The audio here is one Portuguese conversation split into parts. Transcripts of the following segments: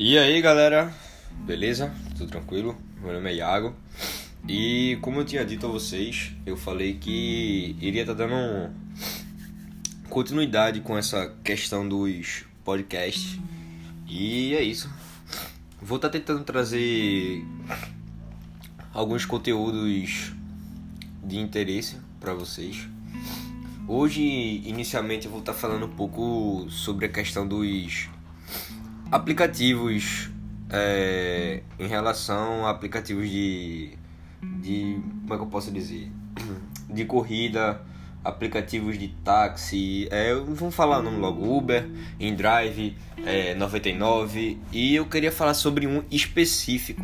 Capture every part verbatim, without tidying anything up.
E aí galera, beleza? Tudo tranquilo? Meu nome é Iago. E como eu tinha dito a vocês, eu falei que iria estar dando continuidade com essa questão dos podcasts. E é isso. Vou estar tentando trazer alguns conteúdos de interesse para vocês. Hoje, inicialmente, eu vou estar falando um pouco sobre a questão dos aplicativos é, em relação a aplicativos de, de, como é que eu posso dizer, de corrida, aplicativos de táxi, é, vamos falar o nome logo, Uber, InDrive, é, noventa e nove, e eu queria falar sobre um específico,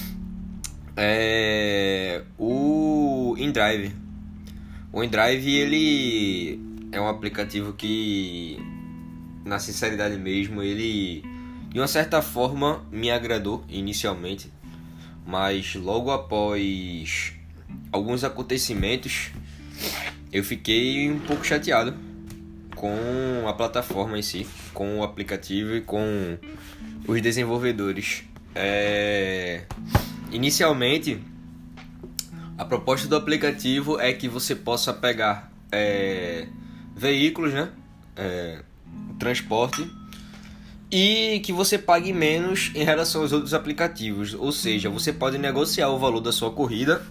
é, o InDrive. O InDrive, ele é um aplicativo que, na sinceridade mesmo, ele de uma certa forma me agradou inicialmente, mas logo após alguns acontecimentos eu fiquei um pouco chateado com a plataforma em si, com o aplicativo e com os desenvolvedores. É... Inicialmente, a proposta do aplicativo é que você possa pegar é... veículos, né? É... transporte, e que você pague menos em relação aos outros aplicativos. Ou seja, você pode negociar o valor da sua corrida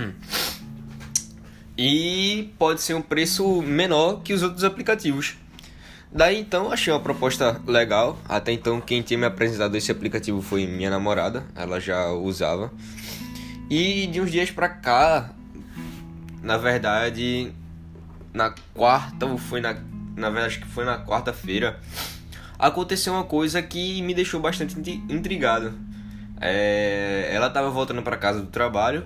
e pode ser um preço menor que os outros aplicativos. Daí então achei uma proposta legal. Até então quem tinha me apresentado esse aplicativo foi minha namorada, ela já usava. E de uns dias pra cá, na verdade, na quarta ou foi na... Na verdade acho que foi na quarta-feira, aconteceu uma coisa que me deixou bastante intrigado. É, ela estava voltando para casa do trabalho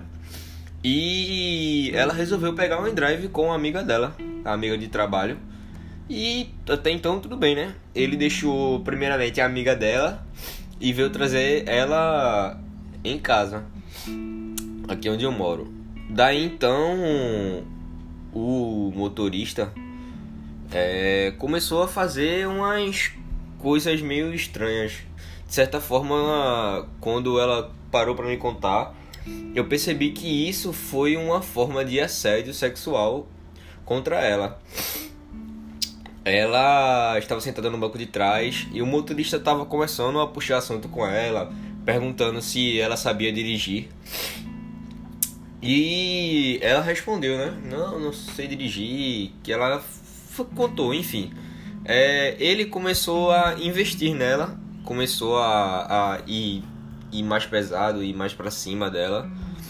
e ela resolveu pegar um InDrive com uma amiga dela, a amiga de trabalho. E até então tudo bem, né? Ele deixou primeiramente a amiga dela e veio trazer ela em casa, aqui onde eu moro. Daí então o motorista é, começou a fazer umas coisas meio estranhas. De certa forma, quando ela parou para me contar, eu percebi que isso foi uma forma de assédio sexual contra ela. Ela estava sentada no banco de trás e o motorista estava começando a puxar assunto com ela, perguntando se ela sabia dirigir. E ela respondeu, né? Não, não sei dirigir. Que ela f- contou, enfim. É, ele começou a investir nela, começou a, a ir, ir mais pesado, ir mais pra cima dela.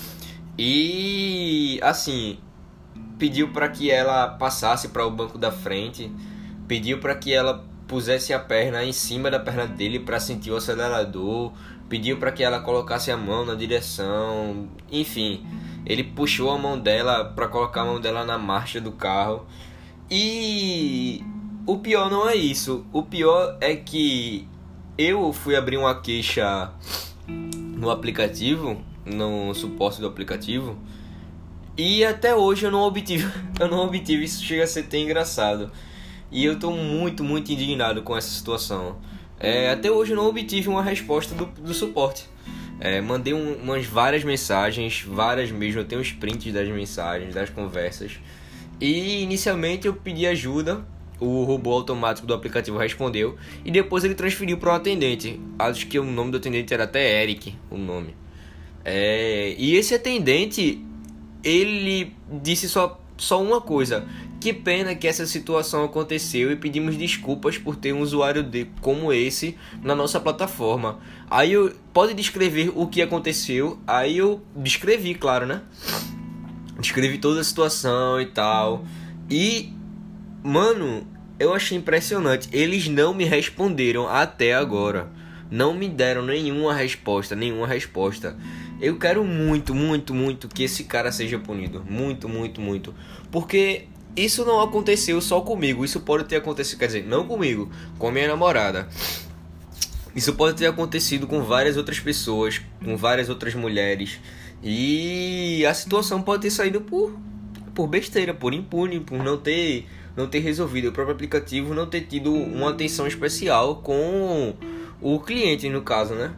E assim, pediu para que ela passasse para o banco da frente, pediu para que ela pusesse a perna em cima da perna dele para sentir o acelerador, pediu para que ela colocasse a mão na direção, enfim, ele puxou a mão dela para colocar a mão dela na marcha do carro. E o pior não é isso. O pior é que eu fui abrir uma queixa no aplicativo, no suporte do aplicativo, e até hoje eu não obtive, eu não obtive. Isso chega a ser até engraçado. E eu tô muito, muito indignado com essa situação. É, até hoje eu não obtive uma resposta do, do suporte. É, mandei um, umas várias mensagens, várias mesmo. Eu tenho os prints das mensagens, das conversas. E inicialmente eu pedi ajuda, o robô automático do aplicativo respondeu e depois ele transferiu para um atendente. Acho que o nome do atendente era até Eric, o nome. É, e esse atendente, ele disse só, só uma coisa: que pena que essa situação aconteceu e pedimos desculpas por ter um usuário de, como esse na nossa plataforma. Aí eu, pode descrever o que aconteceu? Aí eu descrevi, claro, né? Descrevi toda a situação e tal. E, mano, eu achei impressionante. Eles não me responderam até agora. Não me deram nenhuma resposta, nenhuma resposta. Eu quero muito, muito, muito que esse cara seja punido. Muito, muito, muito. Porque isso não aconteceu só comigo. Isso pode ter acontecido, quer dizer, não comigo, com a minha namorada. Isso pode ter acontecido com várias outras pessoas, com várias outras mulheres. E a situação pode ter saído por, por besteira, por impune, por não ter, não ter resolvido. O próprio aplicativo não ter tido uma atenção especial com o cliente, no caso, né?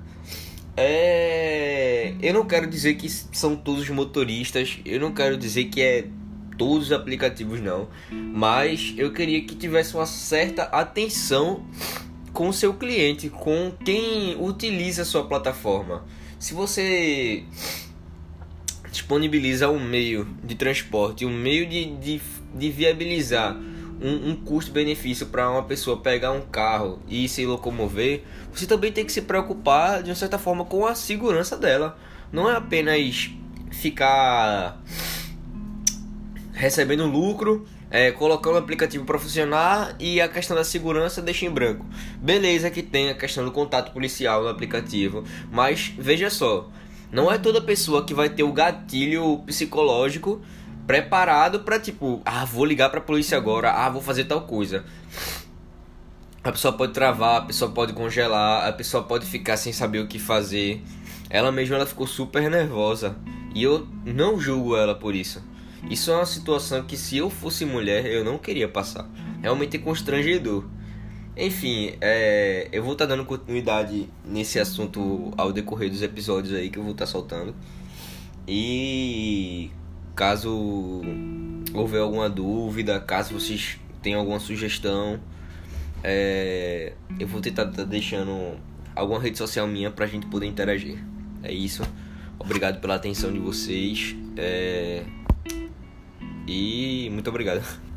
É... Eu não quero dizer que são todos os motoristas, eu não quero dizer que é todos os aplicativos, não. Mas eu queria que tivesse uma certa atenção com o seu cliente, com quem utiliza a sua plataforma. Se você disponibiliza um meio de transporte, um meio de, de, de viabilizar um, um custo-benefício para uma pessoa pegar um carro e se locomover, você também tem que se preocupar de uma certa forma com a segurança dela. Não é apenas ficar recebendo lucro, é, colocando o aplicativo para funcionar e a questão da segurança deixa em branco. Beleza que tem a questão do contato policial no aplicativo, mas veja só, não é toda pessoa que vai ter o gatilho psicológico preparado para tipo, ah, vou ligar para a polícia agora, ah, vou fazer tal coisa. A pessoa pode travar, a pessoa pode congelar, a pessoa pode ficar sem saber o que fazer. Ela mesma ela ficou super nervosa e eu não julgo ela por isso. Isso é uma situação que, se eu fosse mulher, eu não queria passar. Realmente é constrangedor. Enfim, é, eu vou estar dando continuidade nesse assunto ao decorrer dos episódios aí que eu vou estar soltando. E caso houver alguma dúvida, caso vocês tenham alguma sugestão, é, eu vou tentar estar deixando alguma rede social minha pra gente poder interagir. É isso. Obrigado pela atenção de vocês. É... E muito obrigado.